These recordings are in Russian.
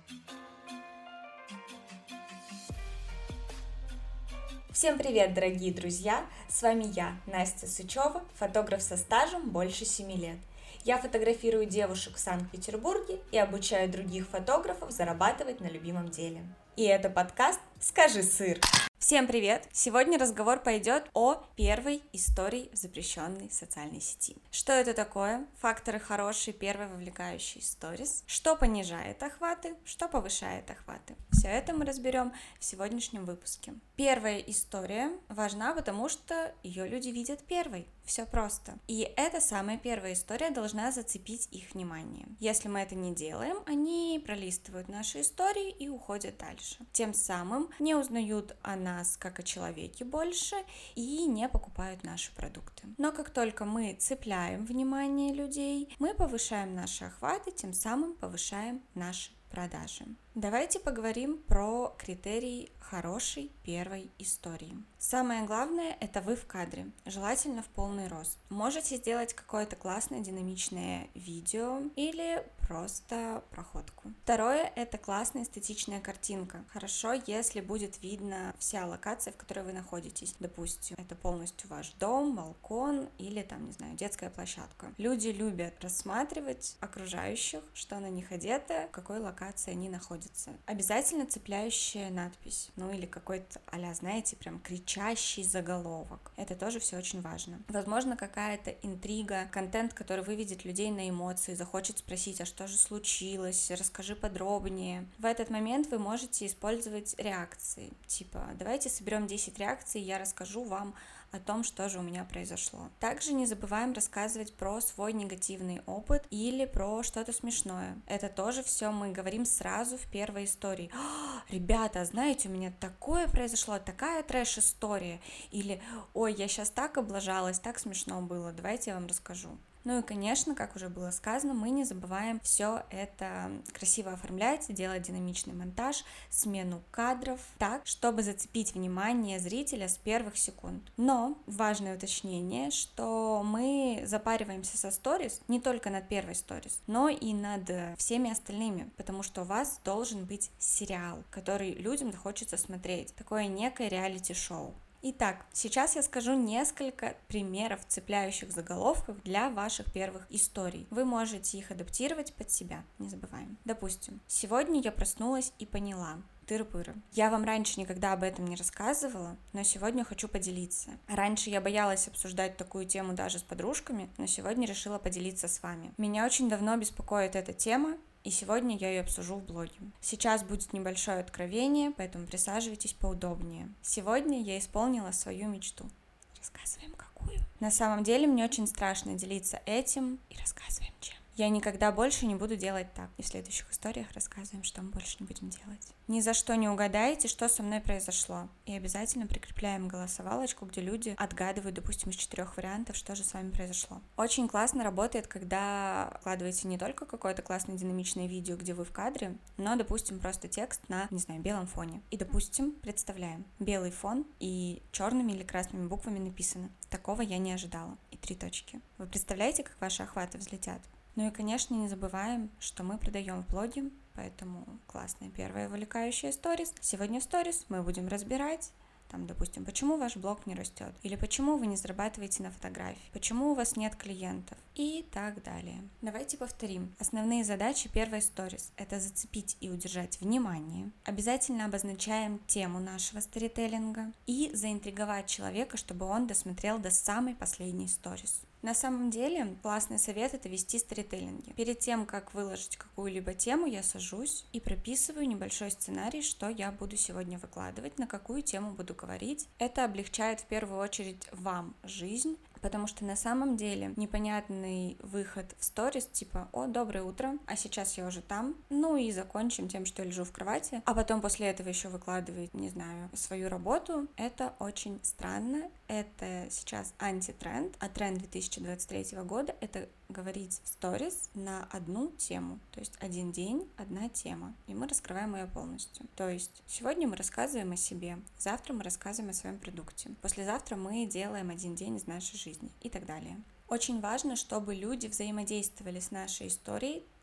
Всем привет, дорогие друзья! С вами я, Настя Сычева, фотограф со стажем больше 7 лет. Я фотографирую девушек в Санкт-Петербурге и обучаю других фотографов зарабатывать на любимом деле. И это подкаст «Скажи, сыр». Всем привет! Сегодня разговор пойдет о первой истории в запрещенной социальной сети. Что это такое? Факторы хорошей первой вовлекающей сторис. Что понижает охваты, что повышает охваты. Все это мы разберем в сегодняшнем выпуске. Первая история важна, потому что ее люди видят первой. Все просто. И эта самая первая история должна зацепить их внимание. Если мы это не делаем, они пролистывают наши истории и уходят дальше. Тем самым не узнают о нас как о человеке больше и не покупают наши продукты. Но как только мы цепляем внимание людей, мы повышаем наши охваты, тем самым повышаем наши продажи. Давайте поговорим про критерий хорошей первой истории. Самое главное — это вы в кадре, желательно в полный рост. Можете сделать какое-то классное динамичное видео или просто проходку. Второе — это классная эстетичная картинка. Хорошо, если будет видно вся локация, в которой вы находитесь. Допустим, это полностью ваш дом, балкон или там, не знаю, детская площадка. Люди любят рассматривать окружающих, что на них одето, в какой локации они находятся. Обязательно цепляющая надпись, ну или какой-то а-ля, знаете, прям кричащий заголовок. Это тоже все очень важно. Возможно, какая-то интрига, контент, который выведет людей на эмоции, захочет спросить, а что же случилось, расскажи подробнее. В этот момент вы можете использовать реакции, типа, давайте соберем 10 реакций, я расскажу вам о том, что же у меня произошло. Также не забываем рассказывать про свой негативный опыт или про что-то смешное. Это тоже все мы говорим сразу в первой истории. Ребята, знаете, у меня такое произошло, такая трэш-история. Или, ой, я сейчас так облажалась, так смешно было, давайте я вам расскажу. Ну и, конечно, как уже было сказано, мы не забываем все это красиво оформлять, делать динамичный монтаж, смену кадров так, чтобы зацепить внимание зрителя с первых секунд. Но важное уточнение, что мы запариваемся со сторис не только над первой сторис, но и над всеми остальными, потому что у вас должен быть сериал, который людям захочется смотреть, такое некое реалити-шоу. Итак, сейчас я скажу несколько примеров цепляющих заголовков для ваших первых историй. Вы можете их адаптировать под себя, не забываем. Допустим, сегодня я проснулась и поняла. Тыры-пыры. Я вам раньше никогда об этом не рассказывала, но сегодня хочу поделиться. Раньше я боялась обсуждать такую тему даже с подружками, но сегодня решила поделиться с вами. Меня очень давно беспокоит эта тема, и сегодня я ее обсужу в блоге. Сейчас будет небольшое откровение, поэтому присаживайтесь поудобнее. Сегодня я исполнила свою мечту. Рассказываем, какую? На самом деле мне очень страшно делиться этим и рассказываем, чем. Я никогда больше не буду делать так. И в следующих историях рассказываем, что мы больше не будем делать. Ни за что не угадаете, что со мной произошло. И обязательно прикрепляем голосовалочку, где люди отгадывают, допустим, из 4 вариантов, что же с вами произошло. Очень классно работает, когда вкладываете не только какое-то классное динамичное видео, где вы в кадре, но, допустим, просто текст на, не знаю, белом фоне. И, допустим, представляем белый фон и черными или красными буквами написано. Такого я не ожидала. И 3 точки. Вы представляете, как ваши охваты взлетят? Ну и, конечно, не забываем, что мы продаем в блоге, поэтому классная первая вовлекающая сторис. Сегодня в сторис мы будем разбирать, там, допустим, почему ваш блог не растет, или почему вы не зарабатываете на фотографии, почему у вас нет клиентов и так далее. Давайте повторим. Основные задачи первой сторис — это зацепить и удержать внимание. Обязательно обозначаем тему нашего сторителлинга и заинтриговать человека, чтобы он досмотрел до самой последней сторис. На самом деле, классный совет — это вести сторителлинги. Перед тем, как выложить какую-либо тему, я сажусь и прописываю небольшой сценарий, что я буду сегодня выкладывать, на какую тему буду говорить. Это облегчает в первую очередь вам жизнь, потому что на самом деле непонятный выход в сторис, типа «О, доброе утро, а сейчас я уже там», ну и закончим тем, что я лежу в кровати, а потом после этого еще выкладывает, не знаю, свою работу. Это очень странно, это сейчас антитренд, а тренд 2023 года — это говорить в сторис на одну тему, то есть один день, одна тема, и мы раскрываем ее полностью. То есть сегодня мы рассказываем о себе, завтра мы рассказываем о своем продукте, послезавтра мы делаем один день из нашей жизни и так далее. Очень важно, чтобы люди взаимодействовали с нашей историей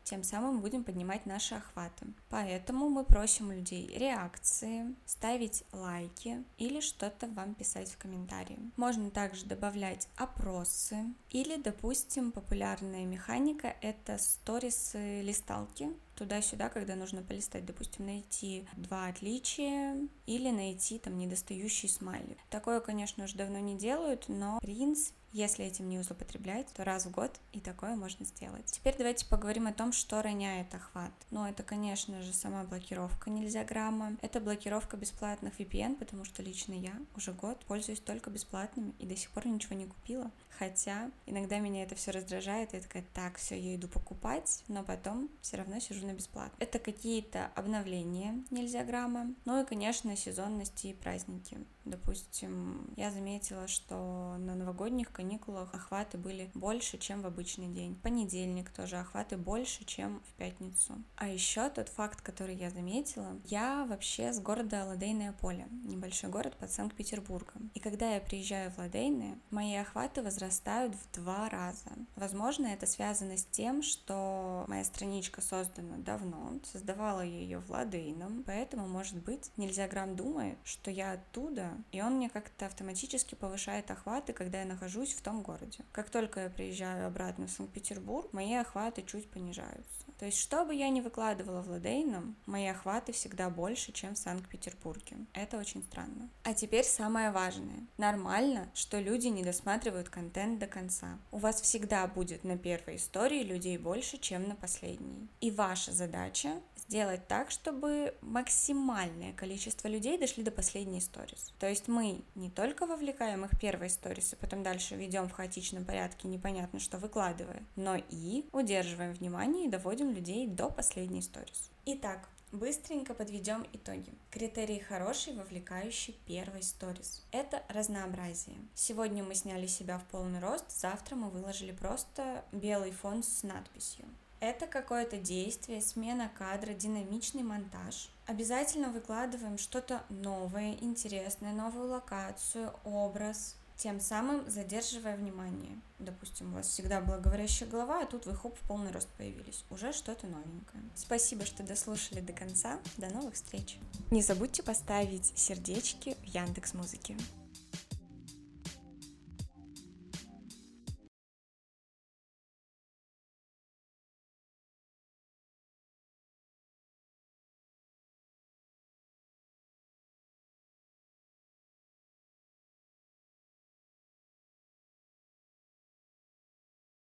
тем самым будем поднимать наши охваты. Поэтому мы просим у людей реакции, ставить лайки или что-то вам писать в комментарии. Можно также добавлять опросы или, допустим, популярная механика — это сторисы-листалки. Туда-сюда, когда нужно полистать, допустим, найти 2 отличия или найти там недостающий смайлик. Такое, конечно, уже давно не делают, но принцип, если этим не злоупотреблять, то раз в год и такое можно сделать. Теперь давайте поговорим о том, что роняет охват. Это, конечно же, сама блокировка нельзяграмма. Это блокировка бесплатных VPN, потому что лично я уже год пользуюсь только бесплатными и до сих пор ничего не купила. Хотя иногда меня это все раздражает, и я такая: так, все, я иду покупать, но потом все равно сижу на бесплатно. Это какие-то обновления нельзяграмма, и, конечно, сезонности и праздники. Допустим, я заметила, что на новогодних каникулах охваты были больше, чем в обычный день. В понедельник тоже охваты больше, чем в пятницу. А еще тот факт, который я заметила, я вообще с города Лодейное поле, небольшой город под Санкт-Петербургом. И когда я приезжаю в Лодейное, мои охваты возрастают в 2 раза. Возможно, это связано с тем, что моя страничка создана давно, создавала я ее в Лодейном, поэтому, может быть, нельзяграмм думает, что я оттуда, и он мне как-то автоматически повышает охваты, когда я нахожусь в том городе. Как только я приезжаю обратно в Санкт-Петербург, мои охваты чуть понижаются. То есть, что бы я ни выкладывала в Лодейном, мои охваты всегда больше, чем в Санкт-Петербурге. Это очень странно. А теперь самое важное. Нормально, что люди не досматривают контент до конца. У вас всегда будет на первой истории людей больше, чем на последней. И ваша задача сделать так, чтобы максимальное количество людей дошли до последней сторис. То есть мы не только вовлекаем их в первые сторис, и потом дальше ведем в хаотичном порядке, непонятно что выкладывая, но и удерживаем внимание и доводим людей до последней сторис. Итак, быстренько подведем итоги. Критерий хороший, вовлекающий первый сторис. Это разнообразие. Сегодня мы сняли себя в полный рост, завтра мы выложили просто белый фон с надписью. Это какое-то действие, смена кадра, динамичный монтаж. Обязательно выкладываем что-то новое, интересное, новую локацию, образ, тем самым задерживая внимание. Допустим, у вас всегда была говорящая голова, а тут вы хоп, в полный рост появились. Уже что-то новенькое. Спасибо, что дослушали до конца. До новых встреч. Не забудьте поставить сердечки в Яндекс.Музыке.